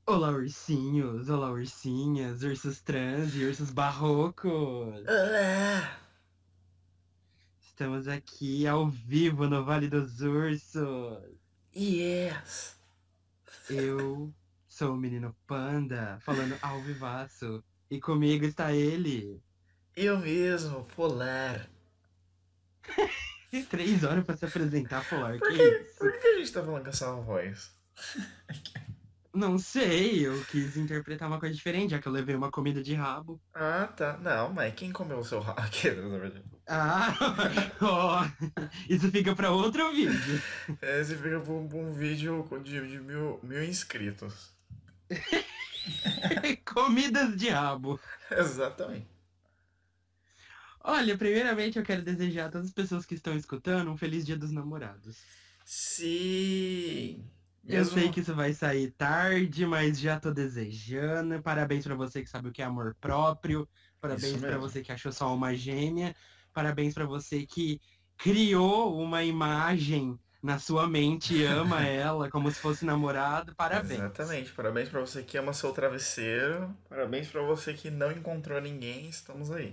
Olá, ursinhos! Olá, ursinhas! Ursos trans e ursos barrocos! Olá! Estamos aqui ao vivo no Vale dos Ursos! Yes! Eu sou o menino Panda, falando ao vivaço. E comigo está ele. Eu mesmo, Polar. 3 horas para se apresentar, Polar, Por que que, por isso? que a gente tá falando com essa voz? Não sei, eu quis interpretar uma coisa diferente, já que eu levei uma comida de rabo. Ah, tá. Não, mas quem comeu o seu rato? Na verdade. Ah, ó, isso fica para outro vídeo. Esse fica pra um vídeo de mil inscritos. Comidas de rabo. Exatamente. Olha, primeiramente eu quero desejar a todas as pessoas que estão escutando um feliz Dia dos Namorados. Sim. Eu sei Mesmo. que isso vai sair tarde, mas já tô desejando. Parabéns pra você que sabe o que é amor próprio. Isso Parabéns pra mesmo. você que achou sua alma gêmea. Parabéns pra você que criou uma imagem na sua mente e ama ela como se fosse namorado. Parabéns. Exatamente. Parabéns pra você que ama seu travesseiro. Parabéns pra você que não encontrou ninguém. Estamos aí.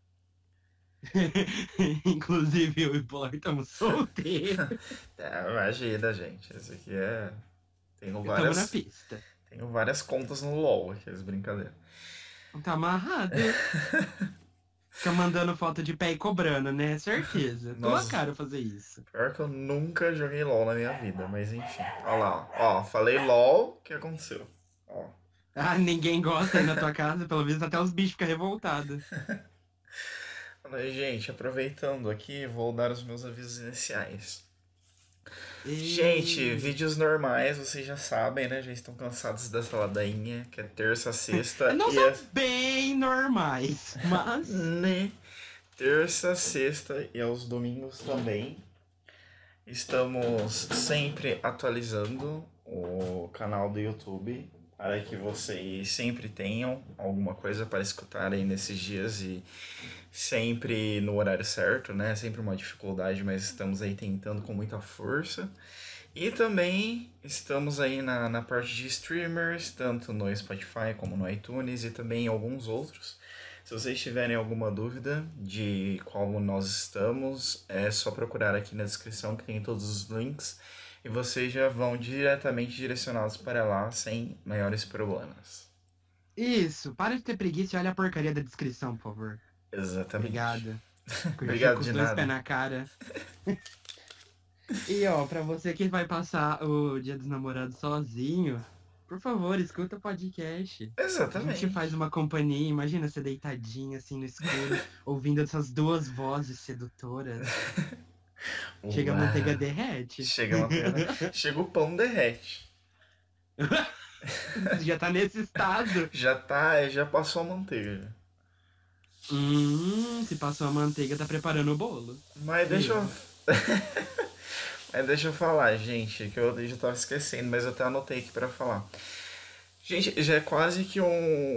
Inclusive eu e o Polar estamos solteiros. É, imagina, gente. Esse aqui é. Tenho Estamos na várias. pista. Tenho várias contas no LoL, aqueles brincadeiras. Tá amarrado. Fica mandando foto de pé e cobrando, né? Certeza. Tua Nossa, cara fazer isso. pior que eu nunca joguei LoL na minha vida, mas enfim. Olha lá, ó. Ó, falei LoL, o que aconteceu? Ó. Ah, ninguém gosta aí na tua casa, pelo menos até os bichos ficam revoltados. Olha, gente, aproveitando aqui, vou dar os meus avisos iniciais. Gente, E... vídeos normais, vocês já sabem, né? Já estão cansados dessa ladainha, que é terça, sexta Não e é. são bem normais, mas. Né? Terça, sexta e aos domingos também. Estamos sempre atualizando o canal do YouTube para que vocês sempre tenham alguma coisa para escutar aí nesses dias e sempre no horário certo, né? Sempre uma dificuldade, mas estamos aí tentando com muita força. E também estamos aí na parte de streamers, tanto no Spotify como no iTunes e também em alguns outros. Se vocês tiverem alguma dúvida de qual nós estamos, é só procurar aqui na descrição que tem todos os links e vocês já vão diretamente direcionados para lá sem maiores problemas. Isso, para de ter preguiça e olha a porcaria da descrição, por favor. Exatamente. Obrigado. Que eu já fico Obrigado com os de dois pés nada. na cara. E ó, pra você que vai passar o Dia dos Namorados sozinho, por favor, escuta o podcast. A gente Exatamente. faz uma companhia, imagina você deitadinho assim no escuro, ouvindo essas duas vozes sedutoras. Chega a manteiga Uau. derrete. Chega uma pena. Chega o pão derrete. Já tá nesse estado. Já tá, já passou a manteiga. Se passou a manteiga, tá preparando o bolo. Mas deixa eu. Viu? Mas deixa eu falar, gente, que eu já tava esquecendo, mas eu até anotei aqui pra falar. Gente, já é quase que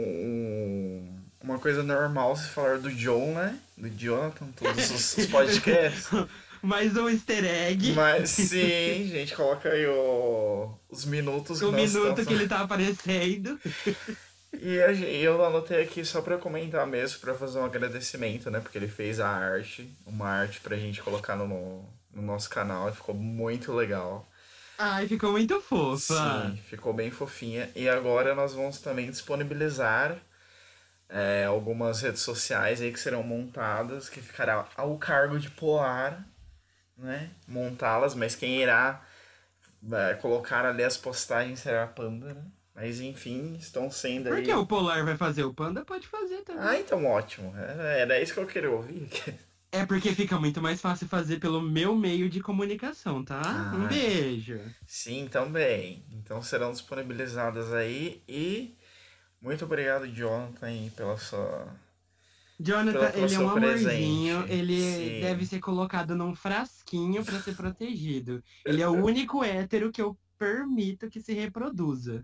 uma coisa normal se falar do John, né? Do Jonathan, todos os podcasts. Mais um easter egg. Mas sim, gente, coloca aí os minutos que O nós estamos. minuto que ele tá aparecendo. Eu anotei aqui só pra comentar mesmo, pra fazer um agradecimento, né? Porque ele fez a arte, uma arte pra gente colocar no nosso canal e ficou muito legal. Ai, ficou muito Sim, fofa. ficou bem fofinha. E agora nós vamos também disponibilizar algumas redes sociais aí que serão montadas, que ficará ao cargo de Polar, né? Montá-las, mas quem irá colocar ali as postagens será a Panda, né? Mas enfim, estão sendo Por que aí. o Polar vai fazer? O Panda pode fazer Ah, também. então ótimo. Era isso que eu queria ouvir. É porque fica muito mais fácil fazer pelo meu meio de comunicação, tá? Um Ah, beijo. sim, também. Então serão disponibilizadas aí e muito obrigado, Jonathan, aí Jonathan, pelo ele é seu um amorzinho, presente. ele deve Sim, ser colocado num frasquinho pra ser protegido. Ele é o único hétero que eu permito que se reproduza.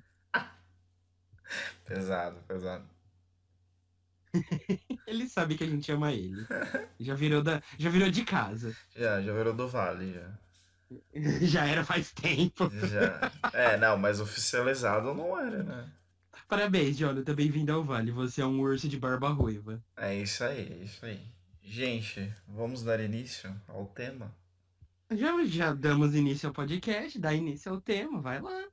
pesado, pesado. Ele sabe que a gente ama ele. Já virou de casa. Já virou do Vale, já. Já era faz tempo. Já. É, não, mas oficializado não era, né? Parabéns, Jonathan. Bem-vindo ao Vale. Você é um urso de barba ruiva. É isso aí, é isso aí. Gente, vamos dar início ao tema? Já damos início ao podcast, dá início ao tema, vai lá.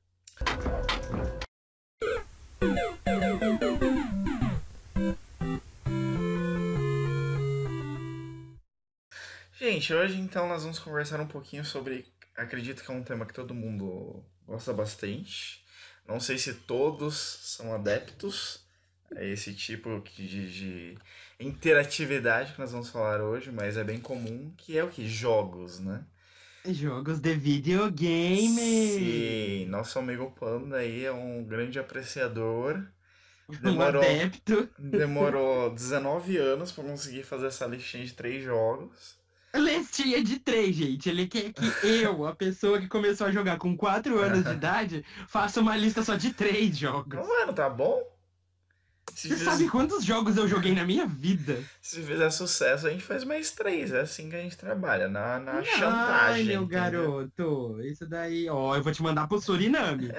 Gente, hoje então nós vamos conversar um pouquinho sobre. Acredito que é um tema que todo mundo gosta bastante. Não sei se todos são adeptos a esse tipo de interatividade que nós vamos falar hoje, mas é bem comum, que é o que? Jogos, né? Jogos de videogame. Sim, nosso amigo Panda aí é um grande apreciador. Um Demorou, adepto. demorou 19 anos para conseguir fazer essa listinha de 3 jogos. Listinha de três, gente. Ele quer que eu, a pessoa que começou a jogar com 4 anos de idade, faça uma lista só de 3 jogos. Não, mano, tá bom? Se Você sabe fizer, quantos jogos eu joguei na minha vida? se fizer sucesso, a gente faz mais 3. É assim que a gente trabalha, na Ai, chantagem, meu entendeu? garoto. Isso daí, ó, eu vou te mandar pro Suriname.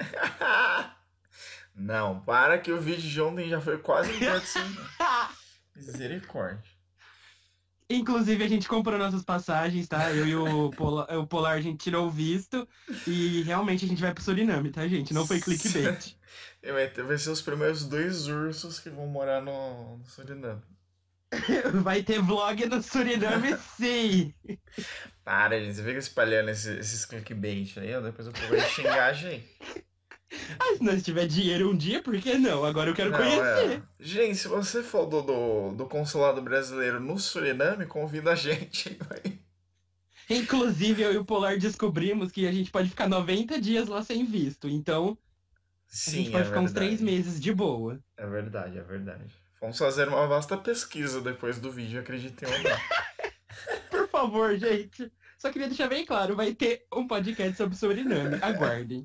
Não, para que o vídeo de ontem já foi quase inteiro assim. Misericórdia. Inclusive, a gente comprou nossas passagens, tá? Eu e o Polar, a gente tirou o visto e realmente a gente vai pro Suriname, tá, gente? Não foi clickbait. Vai ser os primeiros 2 ursos que vão morar no Suriname. Vai ter vlog no Suriname, sim! Para, gente. Você fica espalhando esses clickbait aí, ó. Depois o povo vai xingar a gente. Ah, se nós tiver dinheiro um dia, por que não? Agora eu quero Não, é. conhecer. Gente, se você for do consulado brasileiro no Suriname, convida a gente. Vai. Inclusive, eu e o Polar descobrimos que a gente pode ficar 90 dias lá sem visto. Então, a gente Sim, é pode ficar uns 3 verdade. meses de boa. É verdade, é verdade. Vamos fazer uma vasta pesquisa depois do vídeo, acreditem ou não. Por favor, gente. Só queria deixar bem claro, vai ter um podcast sobre Suriname. Aguardem.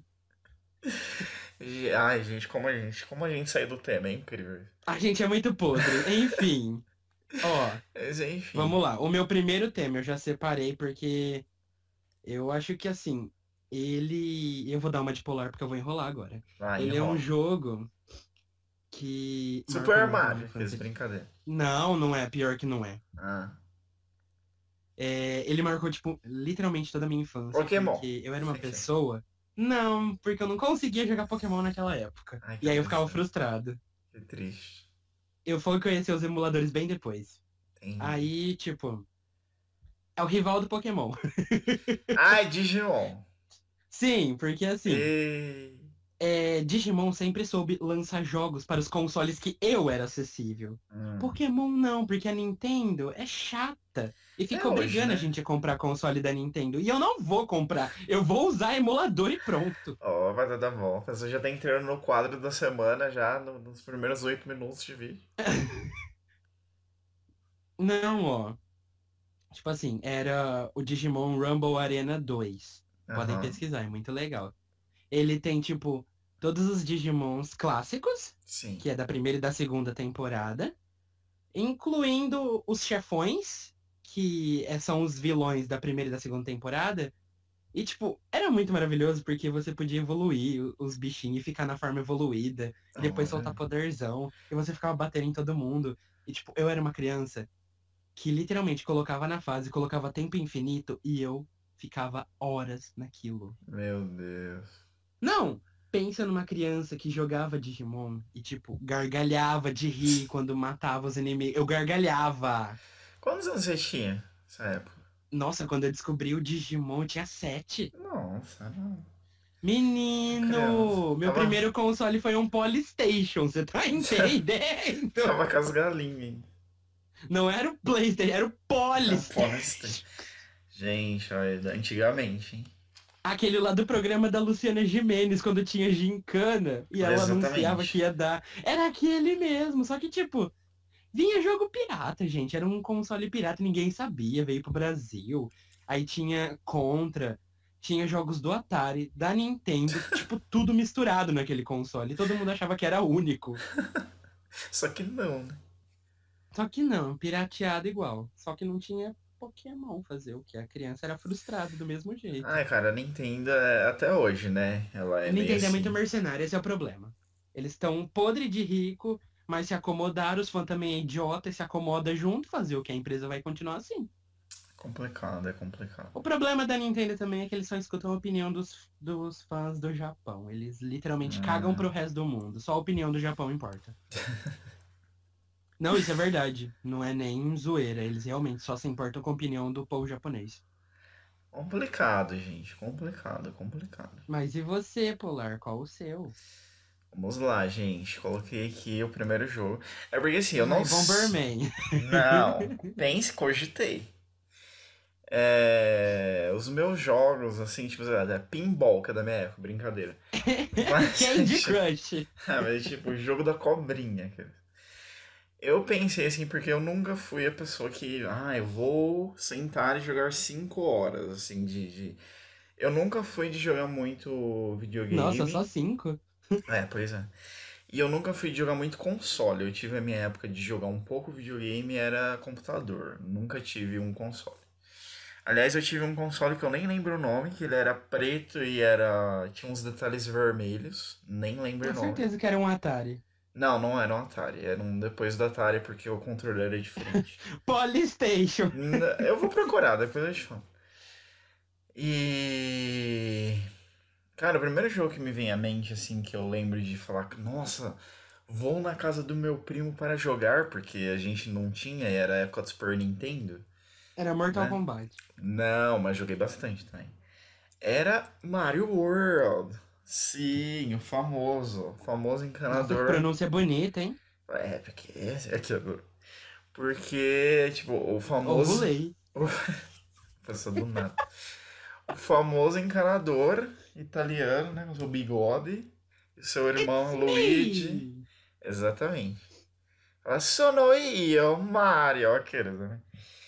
Ai, gente, como a gente saiu do tema, é incrível. A gente é muito podre. Enfim. Ó, Mas enfim. vamos lá. O meu primeiro tema eu já separei porque eu acho que assim, ele. Eu vou dar uma de Polar porque eu vou enrolar agora. Vai, Ele é um enrola. jogo que marcou Super muito a minha Mario, fez infância. brincadeira. Não, não é. Pior que não é. Ah. Ele marcou, tipo, literalmente toda a minha infância, Pokémon. porque eu era uma Sei que é. pessoa. Não, porque eu não conseguia jogar Pokémon naquela época. Ai, E que aí eu ficava tristeza. frustrado. Que triste. Eu fui conhecer os emuladores bem depois. Entendi. Aí, tipo, é o rival do Pokémon. Ai, Digimon. Sim, porque assim, E... Digimon sempre soube lançar jogos para os consoles que eu era acessível. Hum. Pokémon não, porque a Nintendo é chata e Até fica hoje, obrigando a né? gente a comprar console da Nintendo. E eu não vou comprar, eu vou usar emulador e pronto. Ó, vai dar volta. Você já tá entrando no quadro da semana já nos primeiros 8 minutos de vídeo. Não, ó. Tipo assim, era o Digimon Rumble Arena 2. Podem Aham. pesquisar, é muito legal. Ele tem, tipo, todos os Digimons clássicos, Sim. que é da primeira e da segunda temporada, incluindo os chefões, que são os vilões da primeira e da segunda temporada. E, tipo, era muito maravilhoso porque você podia evoluir os bichinhos e ficar na forma evoluída, e Da depois hora. soltar poderzão, e você ficava batendo em todo mundo. E, tipo, eu era uma criança que literalmente colocava na fase, colocava tempo infinito e eu ficava horas naquilo. Meu Deus. Não! Pensa numa criança que jogava Digimon e, tipo, gargalhava de rir quando matava os inimigos. Eu gargalhava! Quantos anos você tinha nessa época? Nossa, quando eu descobri o Digimon, eu tinha 7. Nossa, não. Criança. Menino! Meu Tava, primeiro console foi um Polystation, você tá entendendo? tava com as galinhas ainda. Não era o PlayStation, era o Aposta. Polystation. Gente, olha, antigamente, hein? Aquele lá do programa da Luciana Gimenez, quando tinha gincana, e ela anunciava que Exatamente. ia dar. Era aquele mesmo, só que, tipo, vinha jogo pirata, gente. Era um console pirata, ninguém sabia, veio pro Brasil. Aí tinha Contra, tinha jogos do Atari, da Nintendo, tipo, tudo misturado naquele console. E todo mundo achava que era único. Só que não, né? Só que não, pirateado igual. Só que não tinha Pokémon fazer o que? A criança era frustrada do mesmo jeito. Ai, cara, a Nintendo é até hoje, né? Ela A é meio Nintendo é muito assim. mercenária, esse é o problema. Eles estão podre de rico, mas se acomodaram, os fãs também é idiota e se acomoda junto, fazer o que a empresa vai continuar assim. Complicado, é complicado. O problema da Nintendo também é que eles só escutam a opinião dos fãs do Japão. Eles literalmente cagam pro resto do mundo. Só a opinião do Japão importa. Não, isso é verdade. Não é nem zoeira. Eles realmente só se importam com a opinião do povo japonês. Complicado, gente. Complicado, complicado. Mas e você, Polar? Qual o seu? Vamos lá, gente. Coloquei aqui o primeiro jogo. É porque assim, eu não. Ai, Bomberman. Não. Pense, cogitei. Os meus jogos, assim, tipo, pinball, que é da minha época, brincadeira. Mas, Candy tipo, Crush. mas, tipo, o jogo da cobrinha. Eu pensei assim, porque eu nunca fui a pessoa que, eu vou sentar e jogar 5 horas, assim, Eu nunca fui de jogar muito Nossa, só videogame. 5? Pois é. E eu nunca fui de jogar muito console. Eu tive a minha época de jogar um pouco videogame, era computador. Nunca tive um console. Aliás, eu tive um console que eu nem lembro o nome, que ele era preto e tinha uns detalhes vermelhos. Nem lembro o Com nome. certeza que era um Atari. Não, não era um Atari. Era um depois do Atari, porque o controle era diferente. Polystation. Eu vou procurar, depois eu te falo. E. Cara, o primeiro jogo que me vem à mente, assim, que eu lembro de falar, nossa, vou na casa do meu primo para jogar, porque a gente não tinha, era a época do Super Nintendo, Era Mortal né? Kombat. Não, mas joguei bastante também. Era Mario World. Sim, o famoso Nossa, que encanador. pronúncia bonita, hein? Porque porque, tipo, o famoso. Ovulei. Passou do nada. O famoso encanador italiano, né? Com seu bigode. E seu It's irmão Luigi. me! Exatamente. Fala, sono io, Mario. Aqueles, né?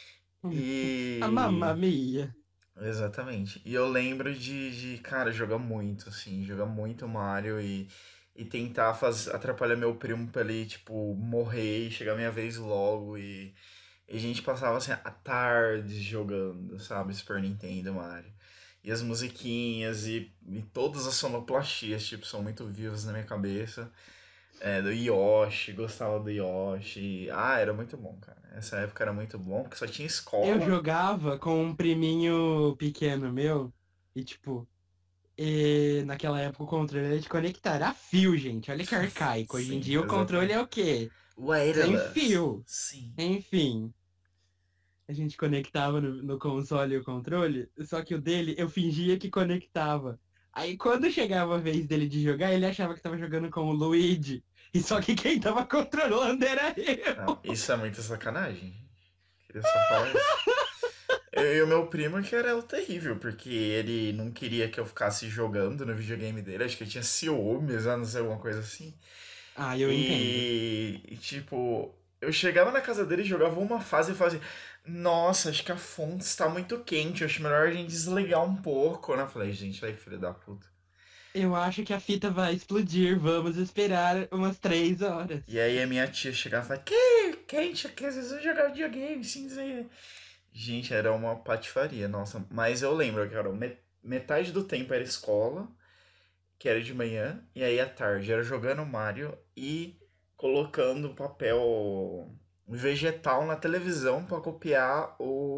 A Mamma E. Mia. Exatamente. E eu lembro cara, jogar muito, assim. Jogar muito Mario e tentar atrapalhar meu primo pra ele, tipo, morrer e chegar a minha vez logo. E a gente passava, assim, a tarde jogando, sabe? Super Nintendo, Mario. E as musiquinhas e todas as sonoplastias, tipo, são muito vivas na minha cabeça. Do Yoshi, gostava do Yoshi. Era muito bom, cara. Essa época era muito bom, porque só tinha Eu escola. jogava com um priminho pequeno meu. E tipo, naquela época o controle era de conectar a fio, gente. Olha que arcaico. Hoje em Sim, dia o controle exatamente. é o quê? Sem Wireless. fio. Sim. Enfim. A gente conectava no console o controle, só que o dele eu fingia que conectava. Aí quando chegava a vez dele de jogar, ele achava que tava jogando com o Luigi. E só que quem tava controlando era Não, eu. isso é muita sacanagem. Queria só falar isso. Eu e o meu primo que era o terrível, porque ele não queria que eu ficasse jogando no videogame dele. Acho que ele tinha ciúmes, não sei, alguma coisa assim. Ah, eu entendo. Tipo, eu chegava na casa dele, jogava uma fase e falava assim: Nossa, acho que a fonte está muito quente, acho melhor a gente desligar um pouco, né? Eu falei, gente, olha que filho da puta. Eu acho que a fita vai explodir. Vamos esperar umas 3 horas. E aí a minha tia chegava e falava: Que quente, que às vezes eu jogava videogame, sim, sim. Gente, era uma patifaria, nossa. Mas eu lembro que era metade do tempo era escola, que era de manhã, e aí à tarde era jogando Mario e colocando papel vegetal na televisão para copiar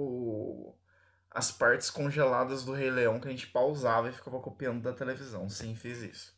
as partes congeladas do Rei Leão que a gente pausava e ficava copiando da televisão. Sim, fiz isso.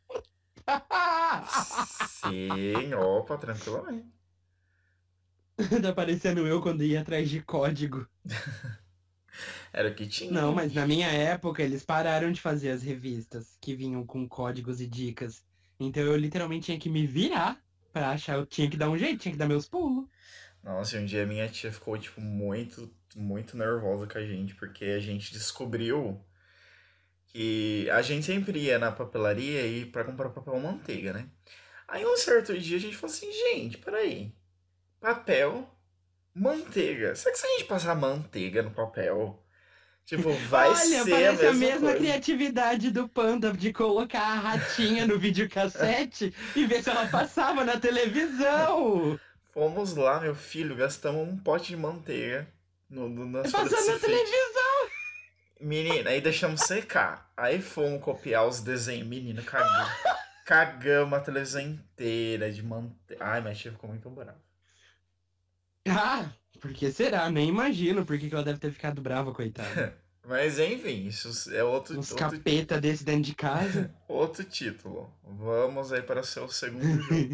Sim, opa, tranquilamente. Tá parecendo eu quando ia atrás de código. Era o que tinha, Não, mas na gente. minha época eles pararam de fazer as revistas que vinham com códigos e dicas. Então eu literalmente tinha que me virar pra achar, eu tinha que dar um jeito, tinha que dar meus pulos. Nossa, e um dia minha tia ficou, tipo, muito, muito nervosa com a gente, porque a gente descobriu que a gente sempre ia na papelaria e para comprar papel manteiga, né? Aí um certo dia a gente falou assim, gente, peraí, papel, manteiga. Será que se a gente passar manteiga no papel, tipo, vai Olha, ser a parece a mesma mesma coisa? criatividade do Panda de colocar a ratinha no videocassete e ver se ela passava na televisão. Fomos lá, meu filho, gastamos um pote de manteiga nas folhas de Passando na sulfite. televisão. Menina, aí deixamos secar. Aí fomos copiar os desenhos, menino, cagou. Cagamos a televisão inteira de manter. Ai, minha tia ficou muito brava. Ah, por que será? Nem imagino por que que ela deve ter ficado brava, coitada. Mas enfim, isso é Uns capeta desse dentro de casa. outro título. Vamos aí para o seu segundo jogo.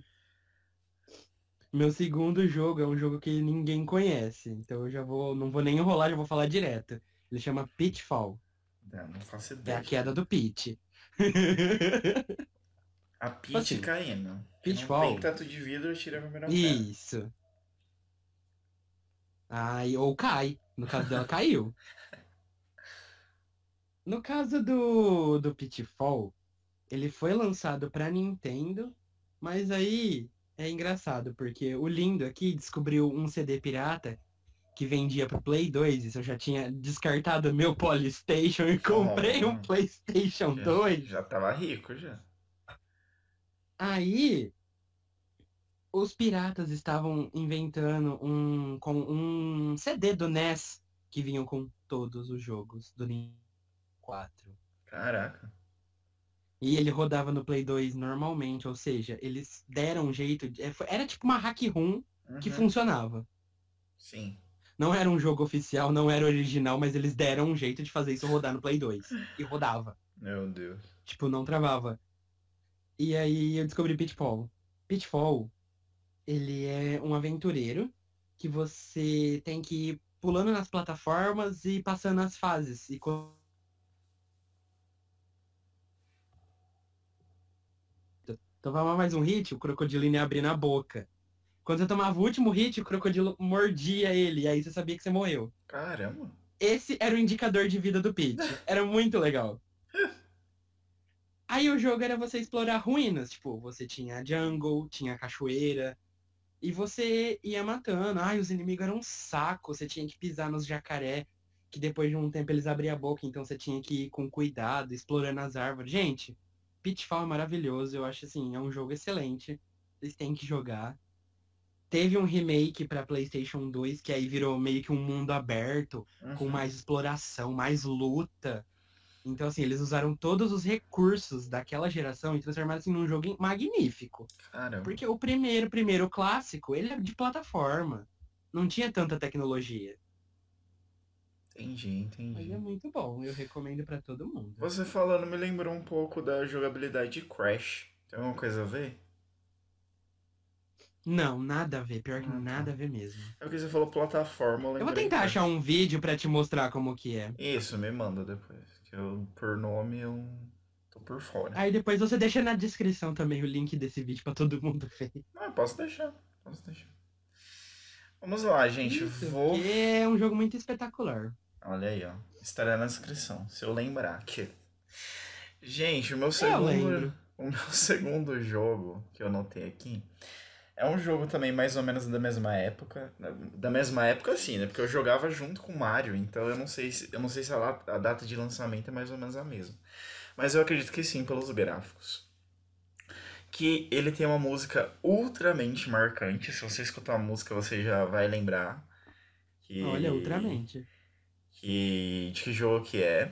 Meu segundo jogo é um jogo que ninguém conhece. Então eu já vou, não vou nem enrolar, já vou falar direto. Ele chama Pitfall. Não faço É ideia a de que queda é. do Pit. A Tipo Peach assim, caindo. Que não tem Pitfall. teto de vidro, tira a primeira pedra. Isso. Aí, ou cai. No caso dela, caiu. No caso do Pitfall, ele foi lançado pra Nintendo, mas aí é engraçado, porque o Lindo aqui descobriu um CD pirata que vendia pro Play 2, isso eu já tinha descartado meu Polystation e comprei um Oh, PlayStation já, 2. já tava rico já. Aí os piratas estavam inventando com um CD do NES que vinham com todos os jogos do Nintendo 4. Caraca. E ele rodava no Play 2 normalmente, ou seja, eles deram um jeito era tipo uma hack ROM que Uhum. funcionava. Sim. Não era um jogo oficial, não era original, mas eles deram um jeito de fazer isso rodar no Play 2. E rodava. Meu Deus. Tipo, não travava. E aí eu descobri Pitfall. Pitfall, ele é um aventureiro que você tem que ir pulando nas plataformas e passando as fases. E quando tomava mais um hit, o crocodilo ia abrir na boca. Quando você tomava o último hit, o crocodilo mordia ele, e aí você sabia que você morreu. Caramba. Esse era o indicador de vida do Pete. Era muito legal. Aí o jogo era você explorar ruínas. Tipo, você tinha a jungle, tinha a cachoeira. E você ia matando. Ai, os inimigos eram um saco. Você tinha que pisar nos jacaré. Que depois de um tempo eles abriam a boca. Então você tinha que ir com cuidado, explorando as árvores. Gente, Pitfall é maravilhoso. Eu acho assim, é um jogo excelente. Vocês têm que jogar. Teve um remake para PlayStation 2, que aí virou meio que um mundo aberto, com Uhum. mais exploração, mais luta. Então, assim, eles usaram todos os recursos daquela geração e transformaram assim num jogo magnífico. Caramba. Porque o primeiro clássico, ele é de plataforma. Não tinha tanta tecnologia. Entendi, Mas é entendi. muito bom, eu recomendo para todo mundo. Você falando me lembrou um pouco da jogabilidade de Crash. Tem alguma coisa a ver? Não, nada a ver, pior que Ah, tá. nada a ver mesmo. É porque você falou plataforma, eu Eu vou lembrei tentar achar Crash. um vídeo para te mostrar como que é. Isso, me manda depois. Que eu, por nome, eu tô por fora. Aí depois você deixa na descrição também o link desse vídeo para todo mundo ver. Ah, posso deixar. Posso deixar. Vamos lá, gente. Isso, porque é um jogo muito espetacular. Olha aí, ó. Estará na descrição, se eu lembrar que. Gente, o meu Eu segundo. lembro. O meu segundo jogo que eu anotei aqui é um jogo também mais ou menos da mesma época. Da mesma época, sim, né? Porque eu jogava junto com o Mario, então eu não sei se a data de lançamento é mais ou menos a mesma. Mas eu acredito que sim, pelos gráficos. Que ele tem uma música ultramente marcante. Se você escutar a música, você já vai lembrar Olha, que, ultramente. de que jogo que é.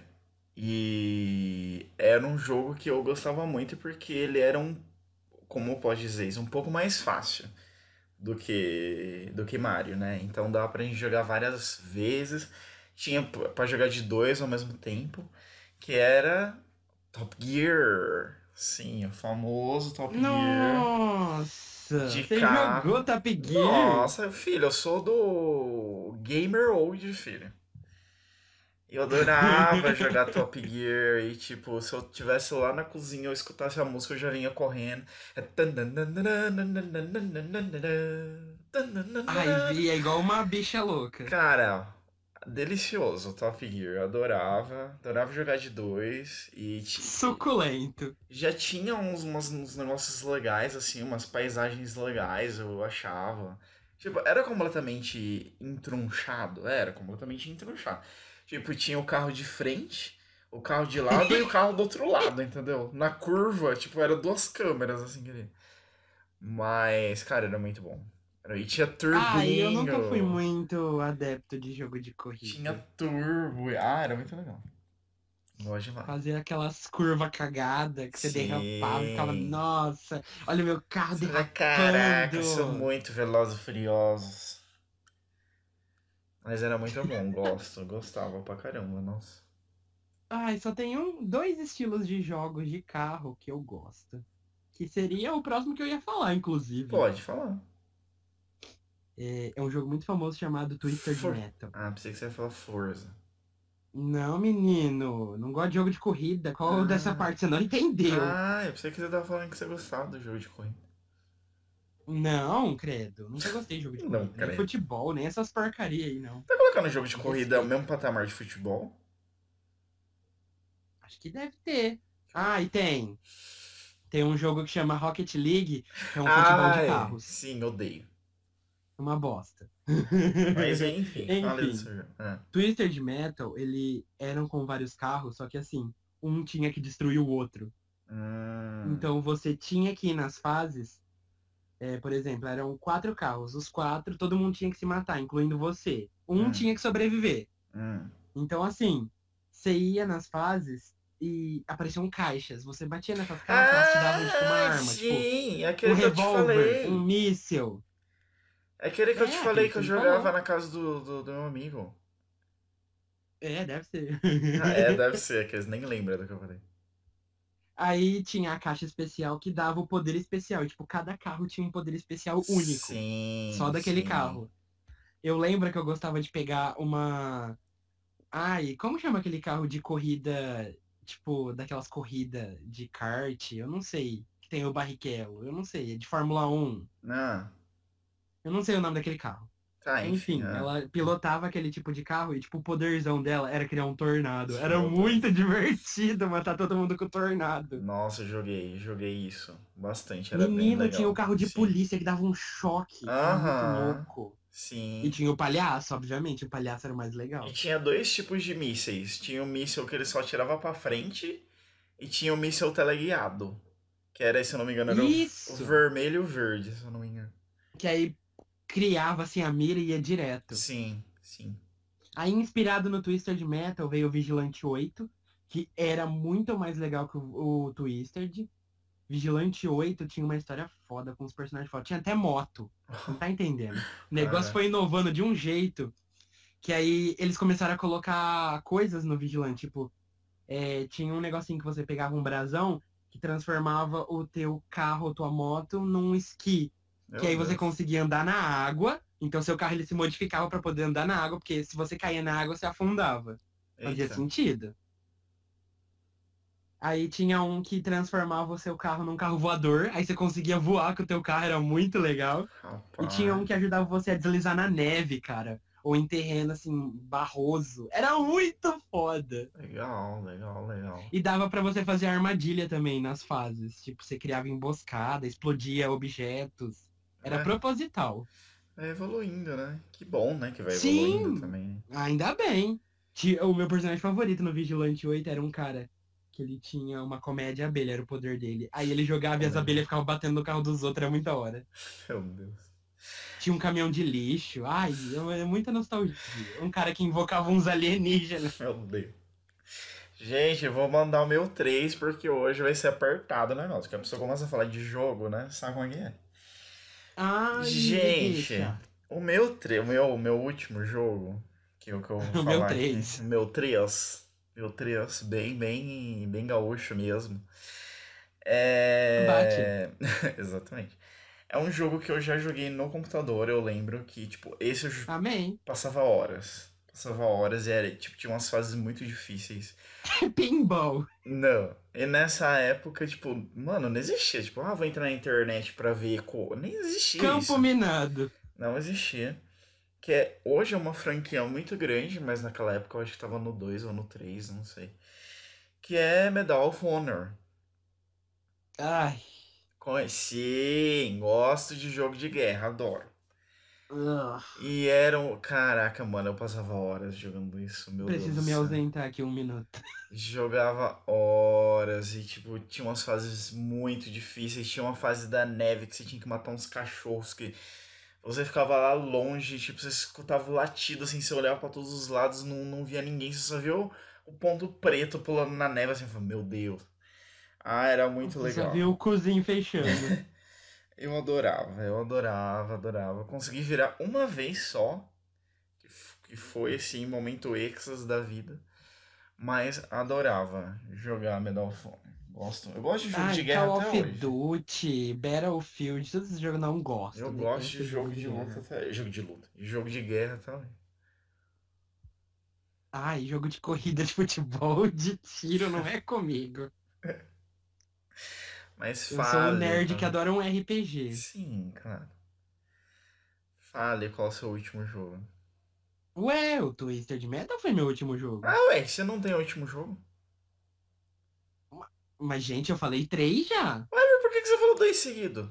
E era um jogo que eu gostava muito porque ele era como pode dizer isso, um pouco mais fácil do que Mario, né? Então dava pra gente jogar várias vezes. Tinha pra jogar de dois ao mesmo tempo, que era Top Gear. Sim, o famoso Top Gear Nossa, de você jogou carro. Top Gear? Nossa, filho, eu sou do Gamer Old, filho. Eu adorava jogar Top Gear e, tipo, se eu tivesse lá na cozinha eu escutasse a música, eu já vinha correndo. É Ai, vi, é igual uma bicha louca. cara, delicioso Top Gear. Eu adorava jogar de dois e Suculento. já tinha uns negócios legais, assim, umas paisagens legais, eu achava. Tipo, era completamente entrunchado. Era completamente entrunchado. Tipo, tinha o carro de frente, o carro de lado e o carro do outro lado, entendeu? Na curva, tipo, eram duas câmeras, assim, ali. Mas, cara, era muito bom. E tinha Ai, eu nunca fui turbinho, muito adepto de jogo de tinha corrida. turbo. Ah, era muito legal. Gosto demais. Fazer aquelas curvas cagadas que você derrapava e ficava, Sim. nossa, olha o meu carro Você fala, caraca, são derrapando. muito velozes e furiosos. Mas era muito bom, gostava pra caramba, nossa. Ai, só tem dois estilos de jogos de carro que eu gosto. Que seria o próximo que eu ia falar, inclusive. Pode falar. É um jogo muito famoso chamado Twisted For... Metal. Ah, pensei que você ia falar Forza. Não, menino, não gosto de jogo de corrida. Qual dessa Ah, parte você não entendeu? eu pensei que você tava falando que você gostava do jogo de corrida. Não, credo. Nunca gostei de jogo de Não, corrida. Nem credo. futebol, nem essas porcaria aí, não. Tá colocando jogo de Me corrida no respeita. mesmo patamar de futebol? Acho que deve ter. Ah, e tem. Tem um jogo que chama Rocket League, que é um futebol de Ai, carros. sim, odeio. Uma bosta. Mas enfim, fala desse Enfim, jogo. Ah. Twisted Metal, ele eram com vários carros, só que assim, um tinha que destruir o outro. Hum. Então você tinha que ir nas fases, por exemplo, eram 4 carros. Os 4, todo mundo tinha que se matar, incluindo você. Um Hum. tinha que sobreviver. Hum. Então, assim, você ia nas fases e apareciam caixas. Você batia nessas caixas, elas te davam, tipo, uma Ah, arma, tipo, sim, é um aquele que eu te revólver, um falei. míssil. É aquele que eu te falei Aquele que que eu você me jogava falou. na casa do meu amigo. Deve ser. Ah, é, deve ser, que eles nem lembram do que eu falei. Aí tinha a caixa especial que dava o poder especial. E, tipo, cada carro tinha um poder especial único. Só Sim, daquele sim. carro. Eu lembro que eu gostava de pegar uma. Ai, como chama aquele carro de corrida? Tipo, daquelas corridas de kart? Eu não sei. Que tem o Barrichello. Eu não sei. É de Fórmula 1. Ah, Eu não sei o nome daquele carro. tá, enfim. Enfim, ela pilotava aquele tipo de carro e, tipo, o poderzão dela era criar um tornado. Era Meu Deus. muito divertido matar todo mundo com o tornado. Nossa, eu joguei isso bastante, era bem Menino, tinha o legal. carro de Sim. polícia que dava um choque. Era muito Aham, louco. E sim. tinha o palhaço, obviamente. O palhaço era o mais E legal. tinha dois tipos de mísseis. Tinha o míssil que ele só tirava pra frente e tinha o míssil teleguiado. Que era, se eu não me engano, era o Isso! vermelho e o verde, se eu não me engano. Que aí criava assim a mira e ia direto. Sim, sim. Aí, inspirado no Twisted Metal, veio o Vigilante 8, que era muito mais legal que o Twisted. Vigilante 8 tinha uma história foda, com os personagens foda. Tinha até moto. Você não tá entendendo. O negócio Cara. foi inovando de um jeito que aí eles começaram a colocar coisas no Vigilante. Tipo, tinha um negocinho que você pegava um brasão que transformava o teu carro ou tua moto num esqui. Que Meu aí você Deus. conseguia andar na água. Então seu carro ele se modificava para poder andar na água, porque se você caía na água, você afundava. Fazia Eita. sentido. Aí tinha um que transformava o seu carro num carro voador. Aí você conseguia voar com o teu carro, era muito legal. E tinha Rapaz. um que ajudava você a deslizar na neve, cara. Ou em terreno, assim, barroso. Era muito foda. Legal, legal, legal. E dava pra você fazer armadilha também nas fases. Tipo, você criava emboscada, explodia objetos. Era É, proposital. vai evoluindo, né? Que bom, né? Que vai evoluindo Sim! também. Ainda bem. O meu personagem favorito no Vigilante 8 era um cara que ele tinha uma comédia abelha, era o poder dele. Aí ele jogava e as Comédia. abelhas ficavam batendo no carro dos outros, era muita hora. Meu Deus. Tinha um caminhão de lixo. Ai, é muita nostalgia. Um cara que invocava uns alienígenas. Meu Deus. Gente, eu vou mandar o meu 3 porque hoje vai ser apertado o negócio. Que a pessoa começa a falar de jogo, né? Sabe como é que é? Ai, me Gente, deixa. o meu último jogo, que eu vou O meu falar aqui, o 3. meu 3, bem gaúcho mesmo. Bate. É. Exatamente. É um jogo que eu já joguei no computador, eu lembro que, tipo, esse eu Amém. passava horas. Passava horas e era, tipo, tinha umas fases muito difíceis. Pinball. Não. E nessa época, tipo, mano, não existia. Tipo, vou entrar na internet pra ver. Nem existia Campo isso. minado. Não existia. Hoje é uma franquia muito grande, mas naquela época eu acho que tava no 2 ou no 3 não sei. Que é Medal of Honor. Ai. Sim, gosto de jogo de guerra, adoro. Ugh. E eram. Caraca, mano, eu passava horas jogando isso, meu Deus do Preciso me céu. ausentar aqui 1 minuto. Jogava horas e, tipo, tinha umas fases muito difíceis. Tinha uma fase da neve que você tinha que matar uns cachorros que você ficava lá longe, tipo, você escutava o latido, assim, você olhava pra todos os lados, não via ninguém, você só viu o ponto preto pulando na neve, assim, eu falei, meu Deus. Ah, era muito Você só legal. viu o cozinho fechando. Eu adorava, eu adorava, adorava. Eu consegui virar uma vez só, que foi, assim, momento êxtase da vida. Mas adorava jogar Medal of Honor. Gosto. Eu gosto de jogo de Ai, guerra Call até of hoje. Duty, Battlefield, todos esses jogos eu não Eu gosto, gosto de detesto jogo jogo de de luta guerra. até. Jogo de luta. Jogo de guerra também. Ai, jogo de corrida de futebol, de tiro, não é comigo. Mas Eu sou o fale, nerd que cara. adora um RPG. Sim, cara. Fale qual é o seu último jogo. Ué, o Twisted Metal foi meu último jogo. Ah, ué, você não tem o último jogo? Mas, gente, eu falei três já. Ué, mas por que você falou dois seguidos?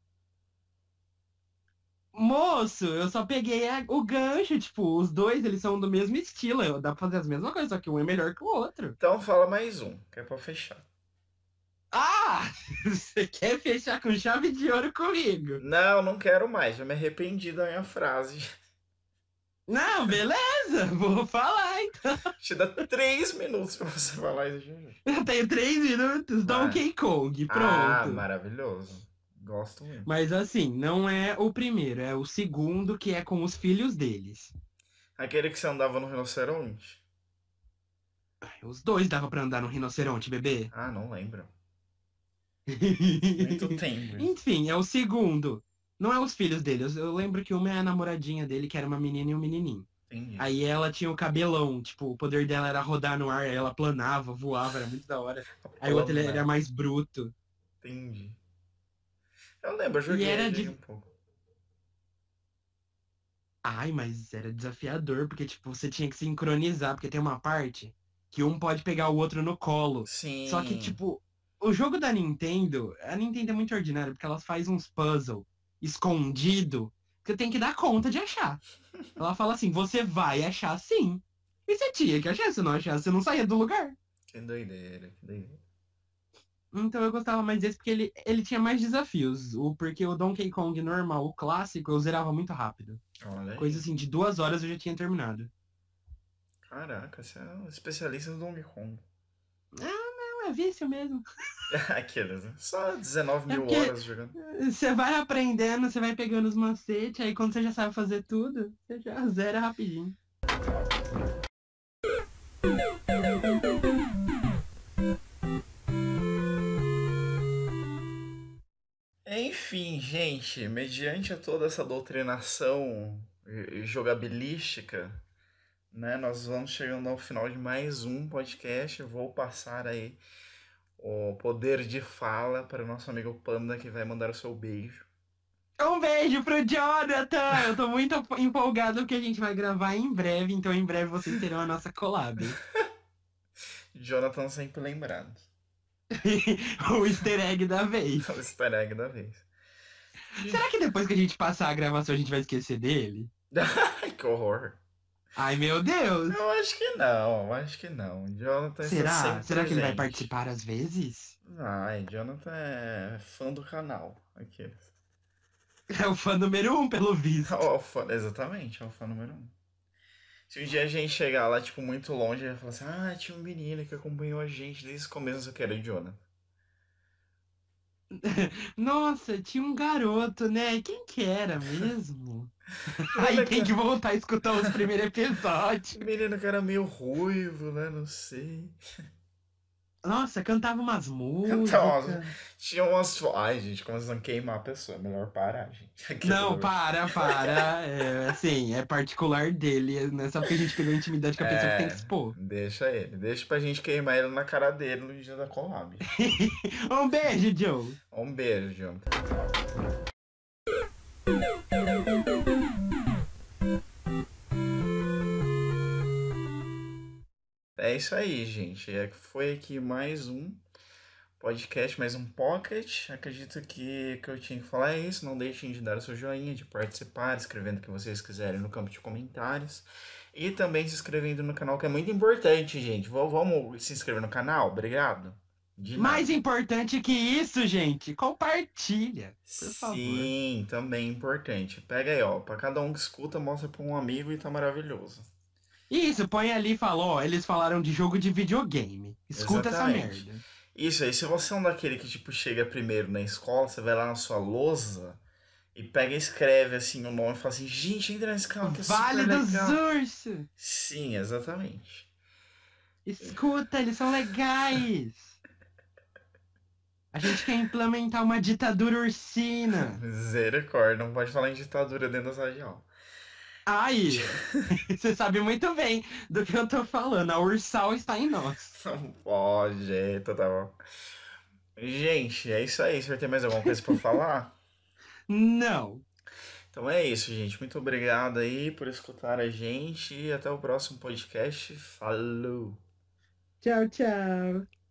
Moço, eu só peguei o gancho, tipo, os dois, eles são do mesmo estilo, dá pra fazer as mesmas coisas, só que um é melhor que o outro. Então fala mais um, que é pra fechar. Ah! Você quer fechar com chave de ouro comigo? Não, não quero mais. Já me arrependi da minha frase. Não, beleza, vou falar então. Te dá 3 minutos pra você falar isso. Eu tenho 3 minutos, Vai. Donkey Kong, Ah, pronto. maravilhoso. Gosto muito. Mas assim, não é o primeiro, é o segundo que é com os filhos deles. Aquele que você andava no rinoceronte? Os dois dava pra andar no rinoceronte, bebê. Ah, não lembro. Muito tempo isso. Enfim, é o segundo. Não é os filhos dele. Eu lembro que uma é a namoradinha dele, que era uma menina e um menininho. Entendi. Aí ela tinha o cabelão, tipo, o poder dela era rodar no ar, ela planava, voava, era muito da hora. Aí o outro ele era Plana. mais bruto. Entendi. Eu lembro, eu E era joguei de. um pouco. Ai, mas era desafiador, porque, tipo, você tinha que sincronizar, porque tem uma parte que um pode pegar o outro no colo. Só que, Sim. tipo, o jogo da Nintendo, a Nintendo é muito ordinária, porque ela faz uns puzzle escondido que você tem que dar conta de achar. Ela fala assim, você vai achar sim. E você tinha que achar, se não achar, você não saía do lugar. Que doideira, que doideira. Então eu gostava mais desse porque ele tinha mais desafios. Porque o Donkey Kong normal, o clássico, eu zerava muito rápido. Olha Coisa aí. assim, de 2 horas eu já tinha terminado. Caraca, você é um especialista no Donkey Kong. Não, é vício mesmo. Aqueles, né? Só 19 É mil porque horas jogando. você vai aprendendo, você vai pegando os macetes, aí quando você já sabe fazer tudo, você já zera rapidinho. Enfim, gente, mediante a toda essa doutrinação jogabilística, né, nós vamos chegando ao final de mais um podcast. Vou passar aí o poder de fala para o nosso amigo Panda, que vai mandar o seu beijo. Um beijo pro Jonathan! Eu tô muito empolgado porque a gente vai gravar em breve, então em breve vocês terão a nossa collab. Jonathan sempre lembrado. O easter egg da vez. O easter egg da vez. Será que depois que a gente passar a gravação a gente vai esquecer dele? Ai, que horror. Ai, meu Deus! Eu acho que não, eu acho que não. Jonathan está Será? sempre Será que ele vai presente. participar às vezes? Ai, Jonathan é fã do canal. Aqueles. É o fã número 1, pelo visto. Exatamente, é o fã número um. Se um dia a gente chegar lá, tipo, muito longe, vai falar assim, ah, tinha um menino que acompanhou a gente desde o começo, eu quero o Jonathan. Nossa, tinha um garoto, né? Quem que era mesmo? Aí Menino que, tem que voltar a escutar os primeiros episódios. menino que era meio ruivo, né? Não sei. Nossa, cantava umas Então, músicas. tinha umas. Ai, gente, começando a queimar a pessoa. É melhor parar, gente. Não, para. É, assim, é particular dele. Não é só porque a gente pegou intimidade com a pessoa que tem que É, expor. deixa ele. Deixa pra gente queimar ele na cara dele no dia da collab. Um beijo, Joe. Um beijo, Jonathan. É isso aí, gente. Foi aqui mais um podcast, mais um pocket. Acredito que o que eu tinha que falar é isso. Não deixem de dar o seu joinha, de participar, escrevendo o que vocês quiserem no campo de comentários. E também se inscrevendo no canal, que é muito importante, gente. Vamos se inscrever no canal? Obrigado. De Mais nada. importante que isso, gente, compartilha, por favor. Sim, também importante. Pega aí, ó. Pra cada um que escuta, mostra pra um amigo e tá maravilhoso. Isso, põe ali e fala, ó, eles falaram de jogo de videogame. Escuta essa Exatamente. merda. Isso aí, se você é um daquele que, tipo, chega primeiro na escola, você vai lá na sua lousa e pega e escreve, assim, o nome e fala assim, gente, entra nesse canal que é super Vale dos legal. Ursos! Sim, exatamente. Escuta, eles são legais! A gente quer implementar uma ditadura ursina. Misericórdia, não pode falar em ditadura dentro da sala de aula. Aí, você sabe muito bem do que eu tô falando. A Ursal está em nós. Não pode, então tá bom. Gente, é isso aí. Você tem mais alguma coisa pra falar? Não. Então é isso, gente. Muito obrigado aí por escutar a gente e até o próximo podcast. Falou! Tchau, tchau.